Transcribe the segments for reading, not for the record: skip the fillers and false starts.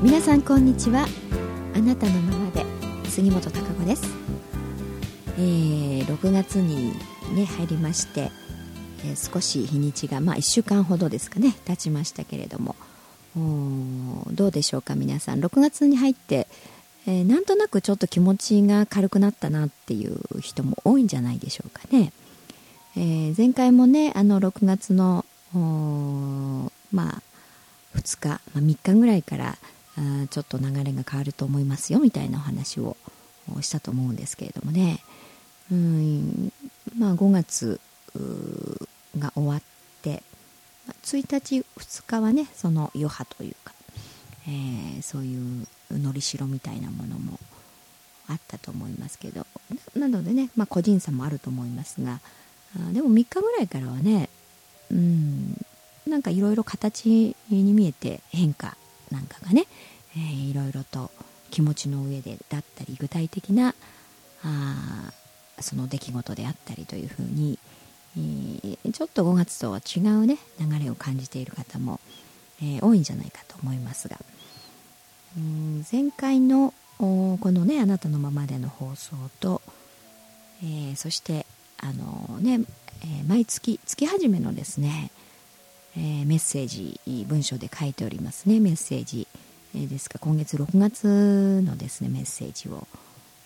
皆さんこんにちは。あなたのままで杉本孝子です。6月に、ね、入りまして、少し日にちが、1週間ほどですかね経ちましたけれども、どうでしょうか皆さん。6月に入って、なんとなくちょっと気持ちが軽くなったなっていう人も多いんじゃないでしょうかね。前回もね6月の2日、3日ぐらいからちょっと流れが変わると思いますよみたいなお話をしたと思うんですけれどもね。5月が終わって1日2日はねその余波というか、そういうのりしろみたいなものもあったと思いますけど、なのでね、個人差もあると思いますが、でも3日ぐらいからはね、なんかいろいろ形に見えて変化なんかがね、いろいろと気持ちの上でだったり具体的なその出来事であったりというふうに、ちょっと5月とは違うね流れを感じている方も、多いんじゃないかと思いますが、前回のこのねあなたのままでの放送と、そして毎月月始めのですね、メッセージ文章で書いておりますねメッセージ、ですが今月6月のですねメッセージを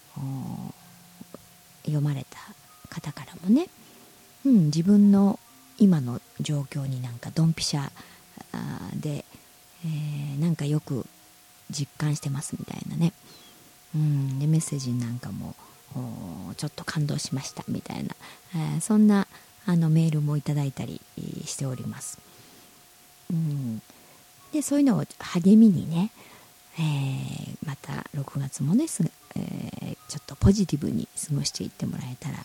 読まれた方からもね、自分の今の状況になんかドンピシャで、なんかよく実感してますみたいなね、でメッセージなんかもちょっと感動しましたみたいな、そんなメールもいただいたりしております。でそういうのを励みにね、また6月もねちょっとポジティブに過ごしていってもらえたら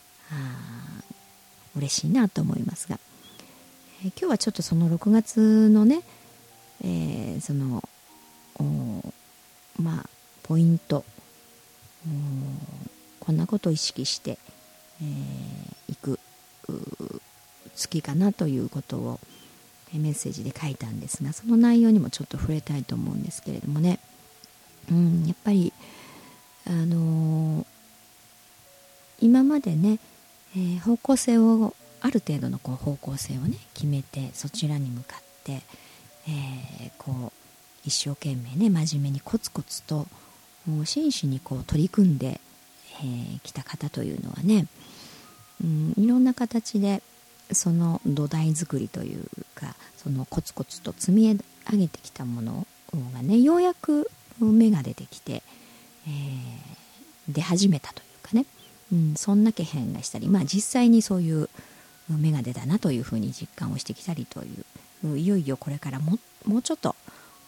嬉しいなと思いますが、今日はちょっとその6月のね、そのポイント、こんなことを意識していく月かなということをメッセージで書いたんですが、その内容にもちょっと触れたいと思うんですけれどもね、やっぱり今までね、方向性をある程度の方向性をね決めてそちらに向かって、一生懸命ね真面目にコツコツと真摯に取り組んできた方というのはね、いろんな形でその土台作りというかそのコツコツと積み上げてきたものがねようやく芽が出てきて、出始めたというかね、そんな気配がしたり、実際にそういう芽が出たなというふうに実感をしてきたりという、いよいよこれからもうちょっと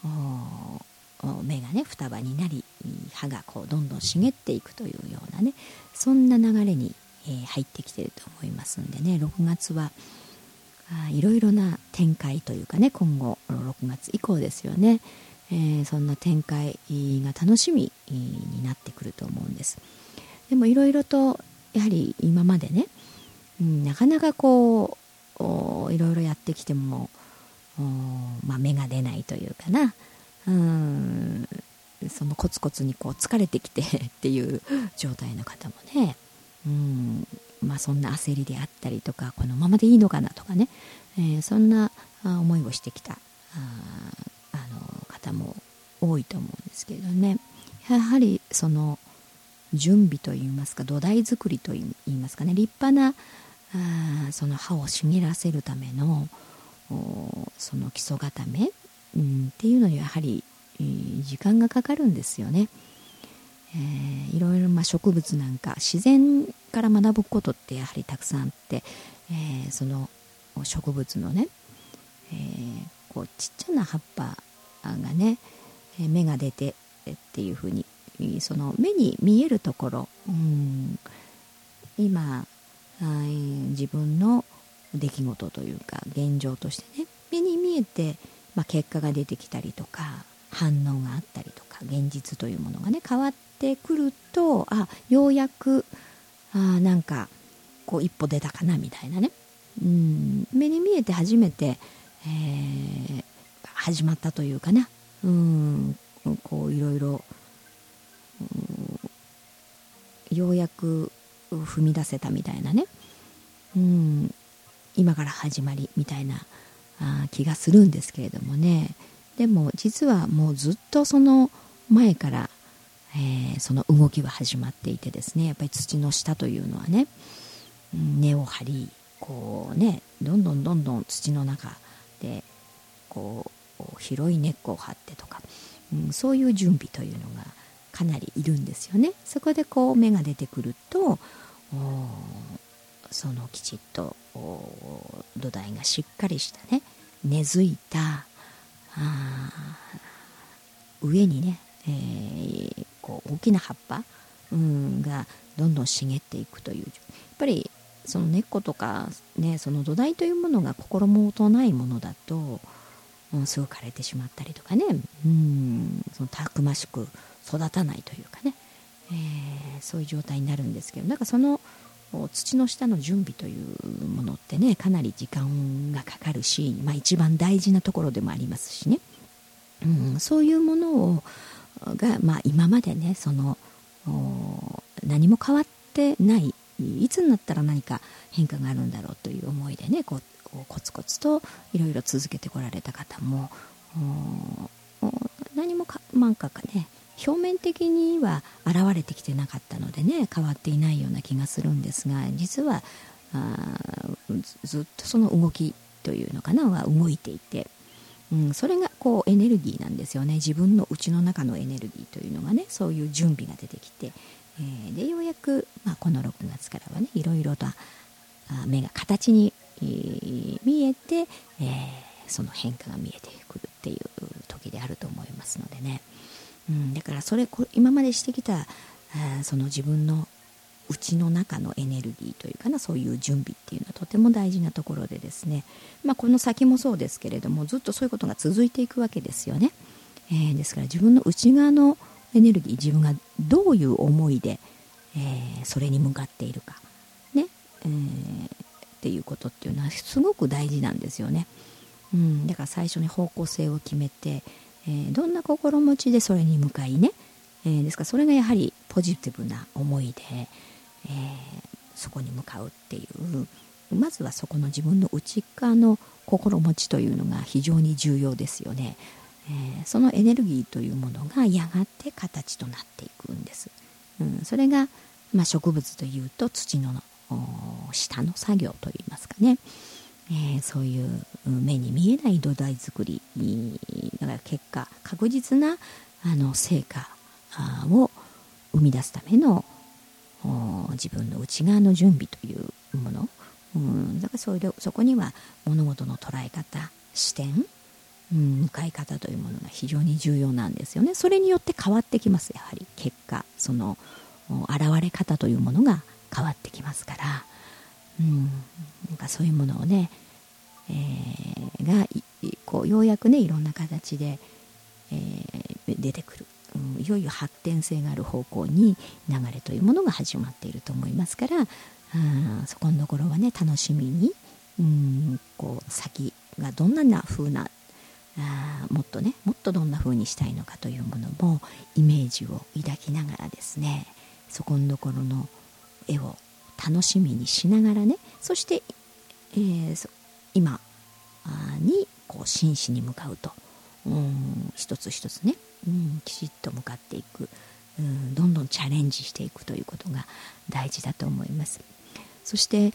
芽がね双葉になり葉がどんどん茂っていくというようなね、そんな流れに入ってきていると思いますんでね、6月はいろいろな展開というかね、今後6月以降ですよね、そんな展開が楽しみになってくると思うんです。でもいろいろとやはり今までね、なかなかいろいろやってきても芽が出ないというかな、そのコツコツに疲れてきてっていう状態の方もね、そんな焦りであったりとかこのままでいいのかなとかね、そんな思いをしてきた方も多いと思うんですけれどね、やはりその準備といいますか土台作りといいますかね、立派なその葉を茂らせるためのその基礎固め、っていうのにはやはり時間がかかるんですよね。いろいろ植物なんか自然から学ぶことってやはりたくさんあって、その植物のね、ちっちゃな葉っぱがね芽が出てっていうふうにその目に見えるところ、今自分の出来事というか現状としてね目に見えて、結果が出てきたりとか反応があったりとか現実というものがね変わってくると、ようやくなんか一歩出たかなみたいなね、目に見えて初めて、始まったというかな、 こういろいろようやく踏み出せたみたいなね、今から始まりみたいな気がするんですけれどもね。でも実はもうずっとその前から、その動きは始まっていてですね、やっぱり土の下というのはね、根を張り、こうね、どんどん土の中でこう広い根っこを張ってとか、そういう準備というのがかなりいるんですよね。そこでこう芽が出てくると、そのきちっと土台がしっかりしたね、根付いた上にね、こう大きな葉っぱ、がどんどん茂っていくという、やっぱりその根っことかね、その土台というものが心もとないものだと、すぐ枯れてしまったりとかね、そのたくましく育たないというかね、そういう状態になるんですけど、なんかその土の下の準備というものってね、かなり時間がかかるし、一番大事なところでもありますしね、そういうものが、今までね、その何も変わってない、いつになったら何か変化があるんだろうという思いでね、こうコツコツといろいろ続けてこられた方も、何もなんかね、表面的には現れてきてなかったのでね、変わっていないような気がするんですが、実はずっとその動きというのかなは動いていて、それがこうエネルギーなんですよね。自分の内の中のエネルギーというのがね、そういう準備が出てきて、でようやく、この6月からはね、いろいろと芽が形に、見えて、その変化が見えてくるっていう時であると思いますのでね、だから今までしてきたその自分の内の中のエネルギーというかな、そういう準備っていうのはとても大事なところでですね、この先もそうですけれども、ずっとそういうことが続いていくわけですよね。ですから自分の内側のエネルギー、自分がどういう思いで、それに向かっているかね、っていうことっていうのはすごく大事なんですよね。だから最初に方向性を決めて、どんな心持ちでそれに向かいね、ですからそれがやはりポジティブな思いで、そこに向かうっていう、まずはそこの自分の内側の心持ちというのが非常に重要ですよね。そのエネルギーというものがやがて形となっていくんです。それが、植物というと土の下の作業といいますかね、そういう目に見えない土台作りだから結果確実な成果を生み出すための自分の内側の準備というもの、だからそこには物事の捉え方、視点、向かい方というものが非常に重要なんですよね。それによって変わってきます。やはり結果、その現れ方というものが変わってきますから、なんかそういうものをね、がこうようやくね、いろんな形で、出てくる、いよいよ発展性がある方向に流れというものが始まっていると思いますから、そこのところはね、楽しみに、こう先がどんな風なもっとどんな風にしたいのかというものもイメージを抱きながらですね、そこのところの絵を楽しみにしながらね、そして、今にこう真摯に向かうと、一つ一つね、きちっと向かっていく、どんどんチャレンジしていくということが大事だと思います。そして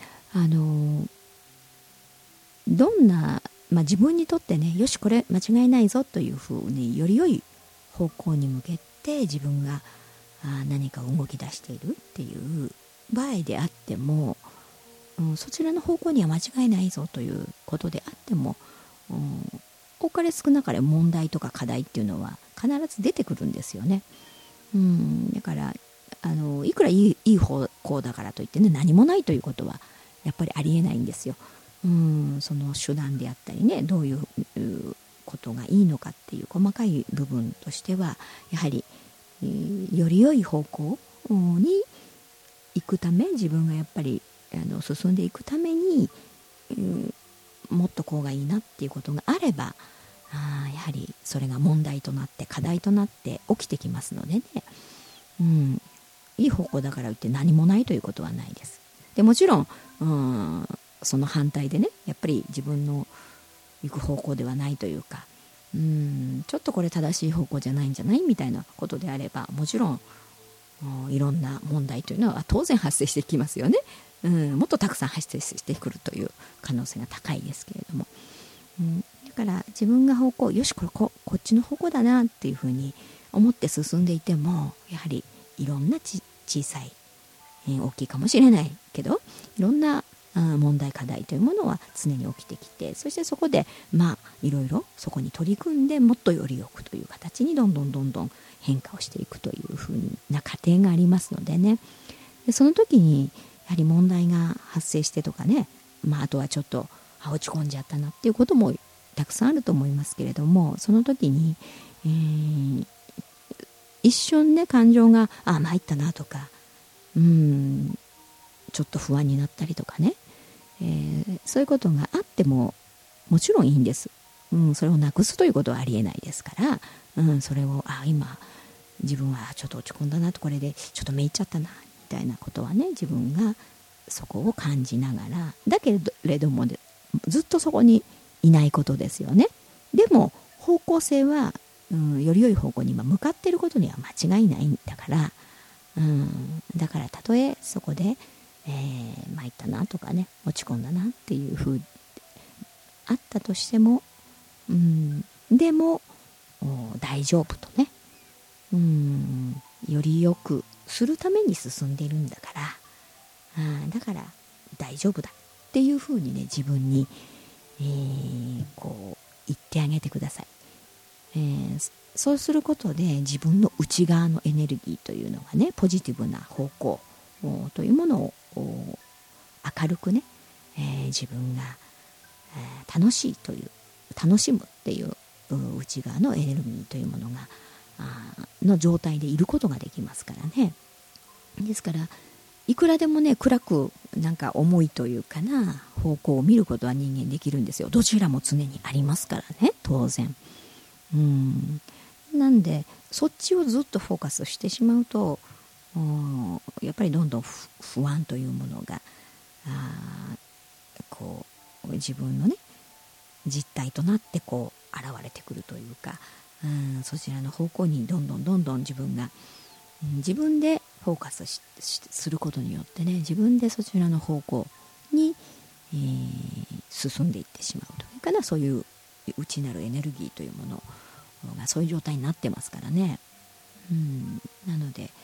どんな、自分にとってね、よしこれ間違いないぞというふうにより良い方向に向けて自分が何か動き出しているっていう場合であっても、そちらの方向には間違いないぞということであっても、多かれ少なかれ問題とか課題っていうのは必ず出てくるんですよね。だからいくらいい方向だからといってね、何もないということはやっぱりありえないんですよ。その手段であったりね、どういうことがいいのかっていう細かい部分としては、やはりより良い方向に行くため、自分がやっぱり進んでいくために、もっとこうがいいなっていうことがあれば、やはりそれが問題となって課題となって起きてきますのでね、いい方向だから言って何もないということはないです。でもちろん、その反対でね、やっぱり自分の行く方向ではないというか、ちょっとこれ正しい方向じゃないんじゃないみたいなことであれば、もちろんいろんな問題というのは当然発生してきますよね。もっとたくさん発生してくるという可能性が高いですけれども、だから自分が方向、よしこっちの方向だなっていうふうに思って進んでいても、やはりいろんな小さい、大きいかもしれないけど、いろんな問題課題というものは常に起きてきて、そしてそこでいろいろそこに取り組んで、もっとよりよくという形にどんどん変化をしていくというふうな過程がありますのでね。でその時にやはり問題が発生してとかね、あとはちょっと落ち込んじゃったなっていうこともたくさんあると思いますけれども、その時に、一瞬ね、感情が参ったなとか、ちょっと不安になったりとかね、そういうことがあってももちろんいいんです。それをなくすということはありえないですから、それを今自分はちょっと落ち込んだなと、これでちょっとめいっちゃったなみたいなことはね、自分がそこを感じながら、だけれどもずっとそこにいないことですよね。でも方向性は、より良い方向に今向かっていることには間違いないんだから、だからたとえそこで、参ったなとかね、落ち込んだなっていうふうあったとしても、でも大丈夫とね、より良くするために進んでいるんだから、だから大丈夫だっていうふうにね、自分に、こう言ってあげてください。そうすることで自分の内側のエネルギーというのがね、ポジティブな方向というものを明るくね、自分が、楽しいという、楽しむっていう内側のエネルギーというものがの状態でいることができますからね。ですからいくらでもね、暗くなんか重いというかな方向を見ることは人間できるんですよ。どちらも常にありますからね、当然。なんでそっちをずっとフォーカスしてしまうと、やっぱりどんどん不安というものがこう自分のね実態となってこう現れてくるというか、そちらの方向にどんどん自分が、自分でフォーカスすることによってね、自分でそちらの方向に、進んでいってしまうというかな、そういう内なるエネルギーというものがそういう状態になってますからね。なので、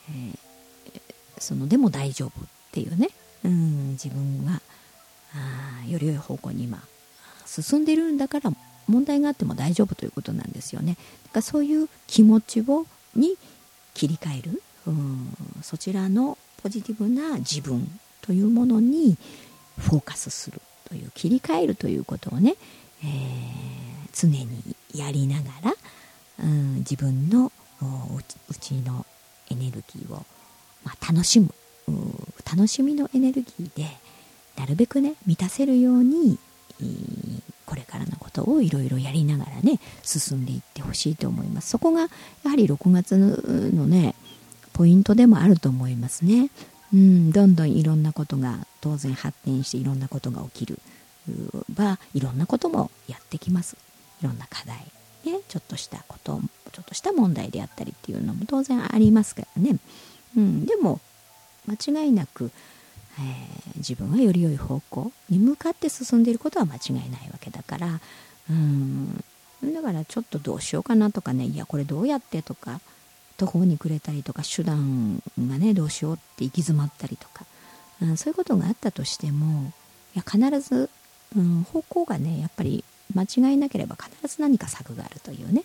でも大丈夫っていうね、自分はより良い方向に今進んでいるんだから問題があっても大丈夫ということなんですよね。だからそういう気持ちに切り替える、そちらのポジティブな自分というものにフォーカスするという、切り替えるということをね、常にやりながら、自分の内のエネルギーを、楽しむ、楽しみのエネルギーでなるべくね満たせるように、これからのことをいろいろやりながらね進んでいってほしいと思います。そこがやはり6月のねポイントでもあると思いますね。どんどんいろんなことが当然発展して、いろんなことが起きるいろんなこともやってきます。いろんな課題、ね、ちょっとしたことちょっとした問題であったりっていうのも当然ありますからね。でも間違いなく、自分はより良い方向に向かって進んでいることは間違いないわけだから、だからちょっとどうしようかなとかね、いやこれどうやってとか途方に暮れたりとか、手段がねどうしようって行き詰まったりとか、そういうことがあったとしても、いや必ず、方向がねやっぱり間違いなければ必ず何か策があるというね、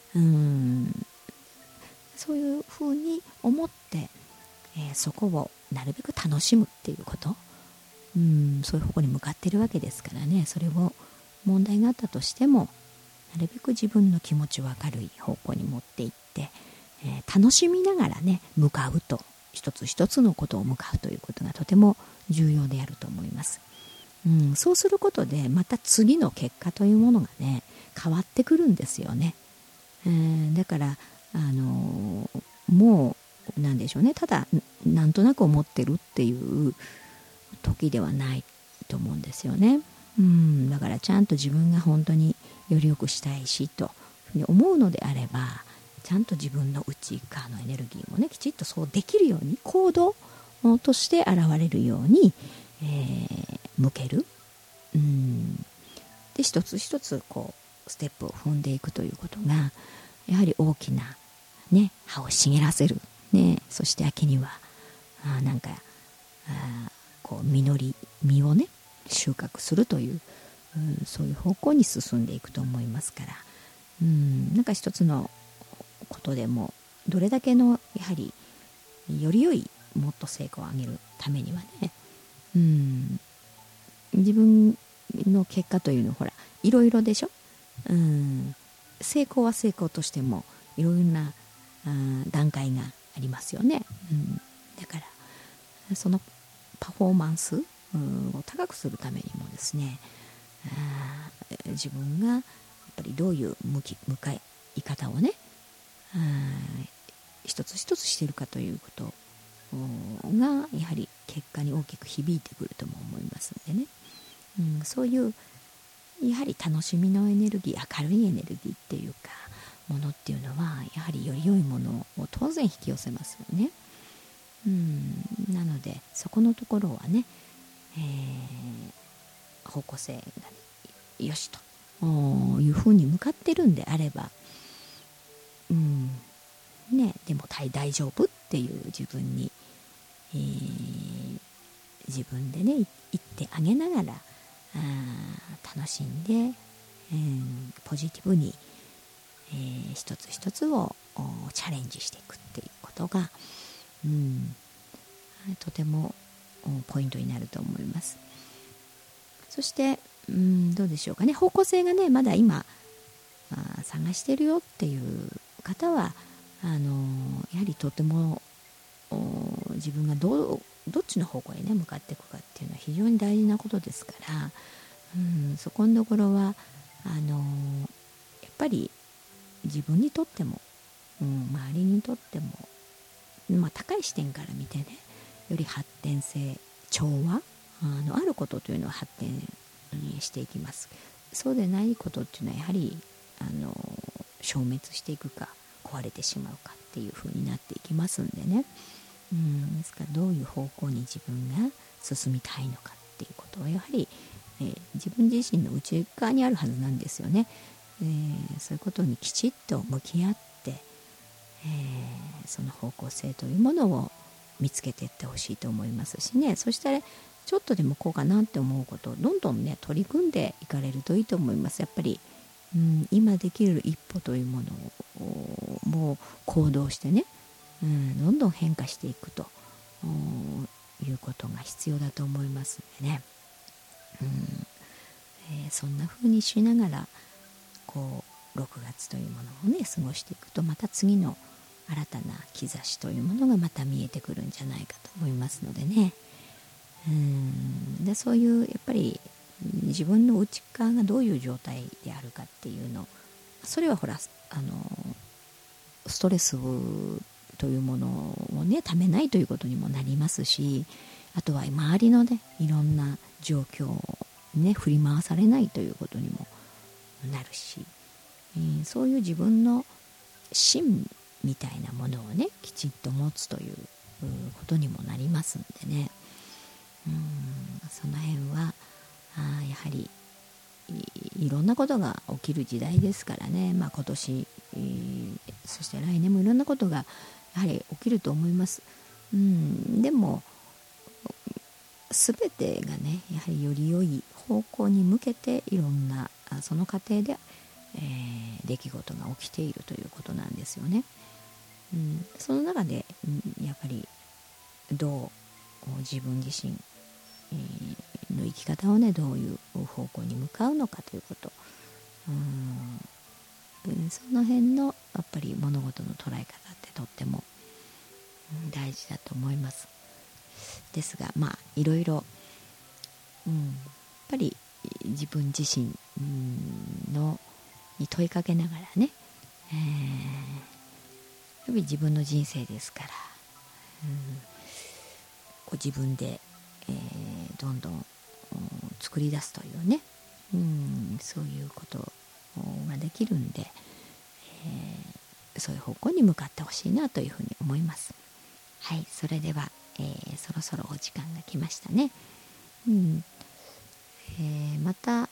そういうふうに思って、そこをなるべく楽しむっていうこと、そういう方向に向かっているわけですからね。それを問題があったとしてもなるべく自分の気持ちを明るい方向に持っていって、楽しみながらね向かうと、一つ一つのことを向かうということがとても重要であると思います。 そうすることでまた次の結果というものがね変わってくるんですよね。だからもうなんでしょうね、ただなんとなく思ってるっていう時ではないと思うんですよね。だからちゃんと自分が本当により良くしたいしと思うのであれば、ちゃんと自分の内側のエネルギーもねきちっとそうできるように行動として現れるように、向ける。で一つ一つこうステップを踏んでいくということがやはり大きな、ね、葉を茂らせる、ね、そして秋にはなんかこう実をね収穫するという、そういう方向に進んでいくと思いますから、なんか一つのことでもどれだけのやはりより良いもっと成果を上げるためにはね、自分の結果というのはほらいろいろでしょ。成功は成功としてもいろいろな段階がありますよね。だからそのパフォーマンスを高くするためにもですね、自分がやっぱりどういう向かい方をね一つ一つしているかということがやはり結果に大きく響いてくるとも思いますのでね、そういうやはり楽しみのエネルギー、明るいエネルギーっていうかものっていうのはやはりより良いものを当然引き寄せますよね。なのでそこのところはね、方向性がよしというふうに向かってるんであれば、でも大丈夫っていう自分に、自分でね言ってあげながら楽しんで、ポジティブに、一つ一つをチャレンジしていくっていうことが、とてもポイントになると思います。そしてどうでしょうかね、方向性がねまだ今探してるよっていう方はやはりとても自分がどっちの方向へね向かっていくかっていうのは非常に大事なことですから、そこのところはやっぱり自分にとっても、周りにとっても、高い視点から見てねより発展性調和あることというのは発展していきます。そうでないことっていうのはやはり消滅していくか壊れてしまうかっていう風になっていきますんでね、ですからどういう方向に自分が進みたいのかっていうことはやはり、自分自身の内側にあるはずなんですよね。そういうことにきちっと向き合って、その方向性というものを見つけていってほしいと思いますしね。そしたらちょっとでもこうかなって思うことをどんどんね取り組んでいかれるといいと思います。やっぱり、今できる一歩というものをもう行動してね、どんどん変化していくということが必要だと思いますのでね、そんな風にしながらこう6月というものをね過ごしていくとまた次の新たな兆しというものがまた見えてくるんじゃないかと思いますのでね、でそういうやっぱり自分の内側がどういう状態であるかっていうの、それはほらストレスというものをねためないということにもなりますし、あとは周りのねいろんな状況をね振り回されないということにもなるし、そういう自分の芯みたいなものをねきちっと持つということにもなりますんでね、その辺はやはりいろんなことが起きる時代ですからね、今年、そして来年もいろんなことがやはり起きると思います。でも全てがねやはりより良い方向に向けていろんなその過程で、出来事が起きているということなんですよね。その中で、やっぱりどう自分自身、の生き方をねどういう方向に向かうのかということ、その辺のやっぱり物事の捉え方ってとっても、大事だと思います。ですがいろいろ、 ぱり自分自身に問いかけながらね、やっぱり自分の人生ですから、こう自分で、どんどん作り出すというね、そういうことができるんで、そういう方向に向かってほしいなというふうに思います。はい、それでは、そろそろお時間が来ましたね。また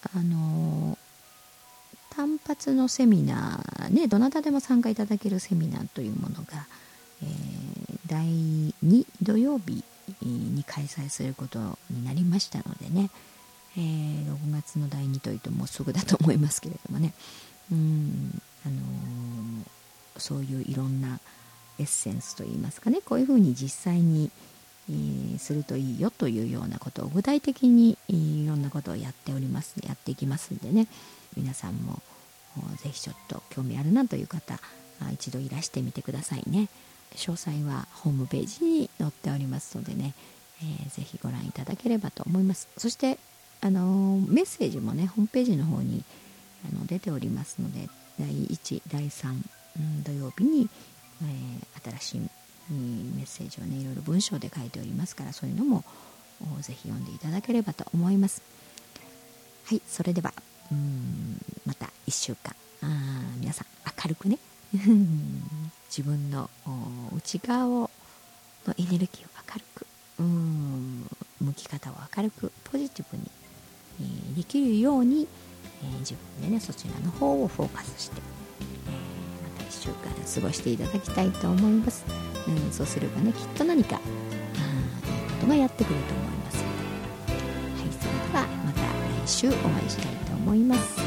単発のセミナーね、どなたでも参加いただけるセミナーというものが、第2土曜日に開催することになりましたのでね、6月の第2というともうすぐだと思いますけれどもね、そういういろんなエッセンスといいますかね、こういうふうに実際に、するといいよというようなことを具体的にいろんなことをやっていきますんでね、皆さんもぜひちょっと興味あるなという方、一度いらしてみてくださいね。詳細はホームページに載っておりますのでね、ぜひご覧いただければと思います。そしてメッセージもね、ホームページの方に出ておりますので、第1、第3、土曜日に、新しいメッセージをね、いろいろ文章で書いておりますから、そういうのもぜひ読んでいただければと思います。はい、それではまた1週間皆さん明るくね自分の内側のエネルギーを明るく、向き方を明るくポジティブに、できるように、自分でねそちらの方をフォーカスして、また1週間過ごしていただきたいと思います。そうすればね、きっと何かいいことがやってくると思いますので、はい、それではまた来週お会いしたいと思います。